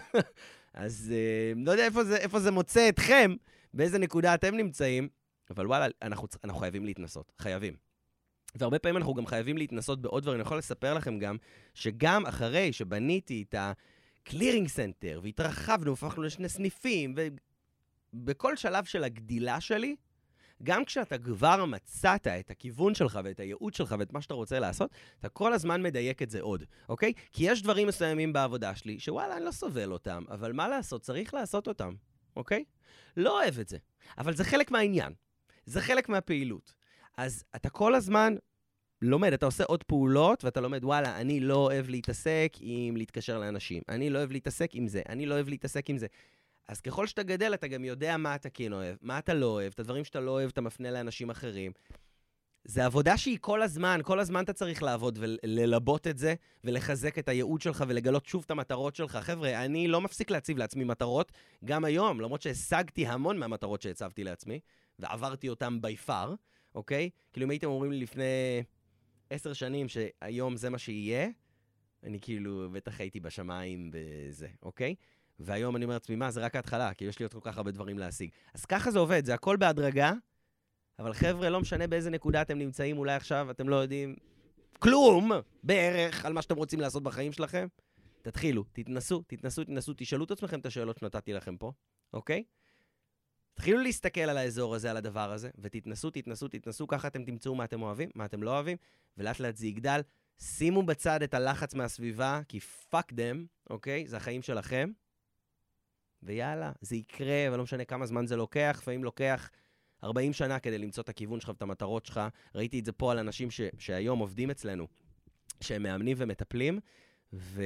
אז אה, לא יודע איפה זה, איפה זה מוצא אתכם, באיזה נקודה אתם נמצאים, אבל וואלה, אנחנו, אנחנו חייבים להתנסות, חייבים. והרבה פעמים אנחנו גם חייבים להתנסות בעוד דברים. אני יכול לספר לכם גם, שגם אחרי שבניתי את ה-clearing center, והתרחבנו, הפכנו לשני סניפים, ובכל שלב של הגדילה שלי, גם כשאתה כבר מצאת את הכיוון שלך ואת הייעוד שלך ואת מה שאתה רוצה לעשות, אתה כל הזמן מדייק את זה עוד, אוקיי? כי יש דברים מסוימים בעבודה שלי, שוואלה, אני לא סובל אותם, אבל מה לעשות? צריך לעשות אותם, אוקיי? לא אוהב את זה, אבל זה חלק מהעניין. זה חלק מהפעילות. אז אתה כל הזמן לומד, אתה עושה עוד פעולות, ואתה לומד, וואלה, אני לא אוהב להתעסק עם להתקשר לאנשים. אני לא אוהב להתעסק עם זה. אני לא אוהב להתעסק עם זה. אז ככל שאתה גדל, אתה גם יודע מה אתה כן אוהב, מה אתה לא אוהב, את הדברים שאתה לא אוהב, אתה מפנה לאנשים אחרים. זה עבודה שהיא כל הזמן, כל הזמן אתה צריך לעבוד וללבות את זה, ולחזק את הייעוד שלך ולגלות שוב את המטרות שלך. חבר'ה, אני לא מפסיק להציב לעצמי מטרות, גם היום, למרות שהשגתי המון מהמטרות שהצבתי לעצמי, ועברתי אותם by far, אוקיי? כאילו אם הייתם אומרים לי לפני עשר שנים שהיום זה מה שיהיה, אני כאילו בטח הייתי בשמיים בזה, אוקיי? והיום אני אומר לעצמי, מה, זה רק ההתחלה, כי יש לי עוד כל כך הרבה דברים להשיג. אז ככה זה עובד, זה הכל בהדרגה, אבל חבר'ה, לא משנה באיזה נקודה אתם נמצאים, אולי עכשיו אתם לא יודעים כלום בערך על מה שאתם רוצים לעשות בחיים שלכם. תתחילו, תתנסו, תתנסו, תתנסו, תשאלו את עצמכם את השאלות שנתתי לכם פה, אוקיי? תתחילו להסתכל על האזור הזה, על הדבר הזה, ותתנסו, תתנסו, תתנסו, ככה אתם תמצאו מה אתם אוהבים, מה אתם לא אוהבים, ולאט לאט זה יגדל. שימו בצד את הלחץ מהסביבה, כי fuck them, אוקיי? זה החיים שלכם. ויאללה, זה יקרה, ולא משנה כמה זמן זה לוקח, לפעמים לוקח ארבעים שנה כדי למצוא את הכיוון שלך ואת המטרות שלך. ראיתי את זה פה על אנשים ש- שהיום עובדים אצלנו, שהם מאמנים ומטפלים, ו...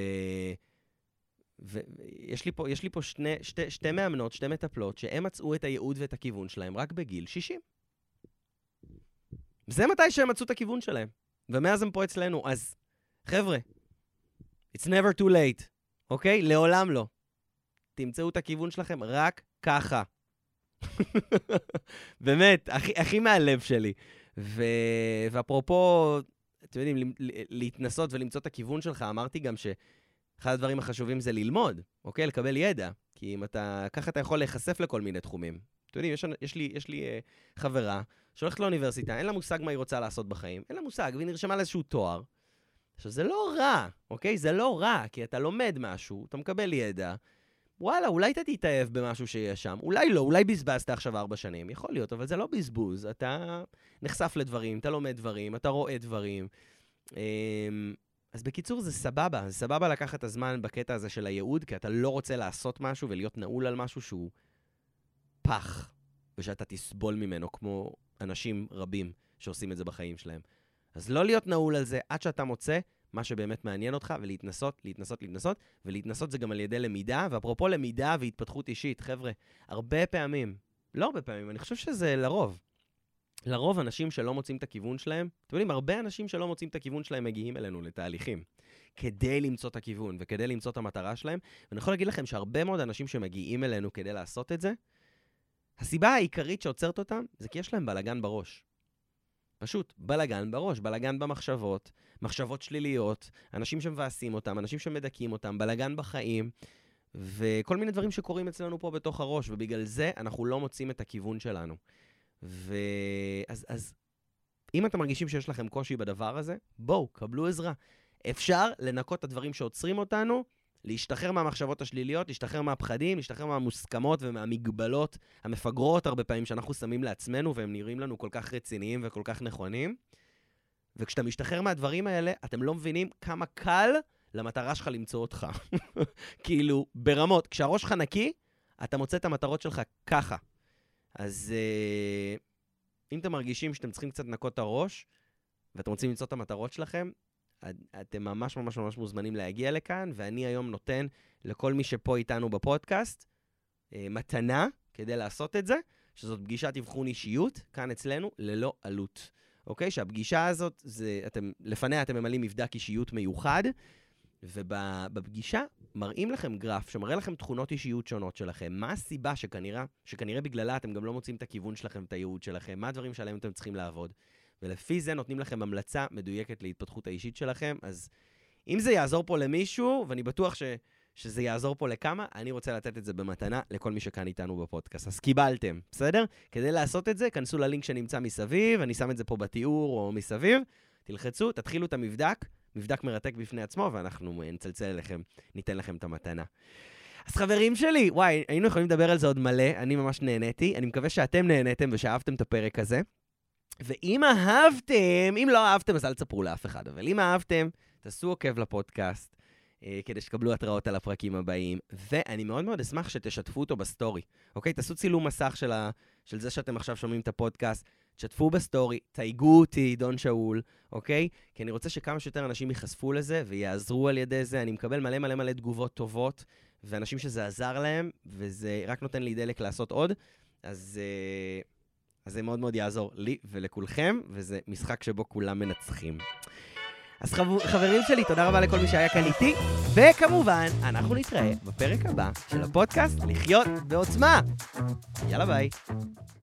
ויש לי פה, יש לי פה שני, שתי, שתי מאמנות, שתי מטפלות, שהם מצאו את הייעוד ואת הכיוון שלהם רק בגיל שישים. זה מתי שהם מצאו את הכיוון שלהם. ומאז הם פה אצלנו. אז, חבר'ה, it's never too late, אוקיי? לעולם לא. תמצאו את הכיוון שלכם רק ככה. באמת, הכי, הכי מהלב שלי. ו... ואפרופו, אתם יודעים, להתנסות ולמצוא את הכיוון שלך, אמרתי גם ש... אחד הדברים החשובים זה ללמוד, אוקיי? לקבל ידע. כי אם אתה, ככה אתה יכול להיחשף לכל מיני תחומים. אתם יודעים, יש, יש לי, יש לי uh, חברה שהולכת לאוניברסיטה, אין לה מושג מה היא רוצה לעשות בחיים, אין לה מושג, והיא נרשמה לאיזשהו תואר. עכשיו, זה לא רע, אוקיי? זה לא רע, כי אתה לומד משהו, אתה מקבל ידע, וואלה, אולי אתה תתאהב במשהו שיש שם, אולי לא, אולי בזבזת עכשיו ארבע שנים, יכול להיות, אבל זה לא בזבוז, אתה נחשף לדברים, אתה לומד דברים, אתה רואה דברים, אז בקיצור זה סבבה, זה סבבה לקחת את הזמן בקטע הזה של הייעוד, כי אתה לא רוצה לעשות משהו ולהיות נעול על משהו שהוא פח, ושאתה תסבול ממנו, כמו אנשים רבים שעושים את זה בחיים שלהם. אז לא להיות נעול על זה עד שאתה מוצא מה שבאמת מעניין אותך, ולהתנסות, להתנסות, להתנסות, ולהתנסות זה גם על ידי למידה, ואפרופו למידה והתפתחות אישית, חבר'ה, הרבה פעמים, לא הרבה פעמים, אני חושב שזה לרוב, לרוב אנשים שלא מוצאים את הכיוון שלהם, אתם יודעים, הרבה אנשים שלא מוצאים את הכיוון שלהם מגיעים אלינו לתהליכים, כדי למצוא את הכיוון וכדי למצוא את המטרה שלהם, ואני יכול להגיד לכם שהרבה מאוד אנשים שמגיעים אלינו כדי לעשות את זה, הסיבה העיקרית שעוצרת אותם, זה כי יש להם בלגן בראש. פשוט, בלגן בראש, בלגן במחשבות, מחשבות שליליות, אנשים שמבאסים אותם, אנשים שמדקים אותם, בלגן בחיים, וכל מיני דברים שקורים אצלנו פה בתוך הראש, ובגלל זה אנחנו לא מוצאים את הכיוון שלנו. ואז, אז, אם אתם מרגישים שיש לכם קושי בדבר הזה, בואו, קבלו עזרה. אפשר לנקות את הדברים שעוצרים אותנו, להשתחרר מהמחשבות השליליות, להשתחרר מהפחדים, להשתחרר מהמוסכמות ומהמגבלות המפגרות הרבה פעמים שאנחנו שמים לעצמנו, והם נראים לנו כל כך רציניים וכל כך נכונים, וכשאתה משתחרר מהדברים האלה, אתם לא מבינים כמה קל למטרה שלך למצוא אותך. כאילו, ברמות, כשהראש שלך נקי, אתה מוצא את המטרות שלך ככה. אז אה, אם אתם מרגישים שאתם צריכים קצת לנקות את הראש, ואתם רוצים למצוא את המטרות שלכם, אתם ממש ממש ממש מוזמנים להגיע לכאן, ואני היום נותן לכל מי שפה איתנו בפודקאסט, אה, מתנה כדי לעשות את זה, שזאת פגישת אבחון אישיות, כאן אצלנו, ללא עלות. אוקיי? שהפגישה הזאת, זה, אתם, לפניה אתם ממלאים מבדק אישיות מיוחד, ובפגישה מראים לכם גרף שמראה לכם תכונות אישיות שונות שלכם. מה הסיבה שכנראה, שכנראה בגללה אתם גם לא מוצאים את הכיוון שלכם, את הייעוד שלכם? מה הדברים שעליהם אתם צריכים לעבוד? ולפי זה נותנים לכם המלצה מדויקת להתפתחות האישית שלכם. אז אם זה יעזור פה למישהו, ואני בטוח ש, שזה יעזור פה לכמה, אני רוצה לתת את זה במתנה לכל מי שכאן איתנו בפודקאסט. אז קיבלתם, בסדר? כדי לעשות את זה, כנסו ללינק שנמצא מסביב, אני שם את זה פה בתיאור או מסביב, תלחצו, תתחילו את המבדק, מבדק מרתק בפני עצמו, ואנחנו נצלצל אליכם, ניתן לכם את המתנה. אז חברים שלי, וואי, היינו יכולים לדבר על זה עוד מלא, אני ממש נהניתי, אני מקווה שאתם נהניתם ושאהבתם את הפרק הזה, ואם אהבתם, אם לא אהבתם, אז אל תספרו לאף אחד, אבל אם אהבתם, תעשו עוקב לפודקאסט, אה, כדי שתקבלו התראות על הפרקים הבאים, ואני מאוד מאוד אשמח שתשתפו אותו בסטורי, אוקיי? תעשו צילום מסך של, ה... של זה שאתם עכשיו שומעים את הפודקאסט, תשתפו בסטורי, תייגו אותי, דון שאול, אוקיי? כי אני רוצה שכמה שיותר אנשים ייחשפו לזה ויעזרו על ידי זה. אני מקבל מלא מלא מלא תגובות טובות, ואנשים שזה עזר להם, וזה רק נותן לי דלק לעשות עוד. אז, אז זה מאוד מאוד יעזור לי ולכולכם, וזה משחק שבו כולם מנצחים. אז חברים שלי, תודה רבה לכל מי שהיה כאן איתי, וכמובן, אנחנו נתראה בפרק הבא של הפודקאסט לחיות בעוצמה. יאללה ביי.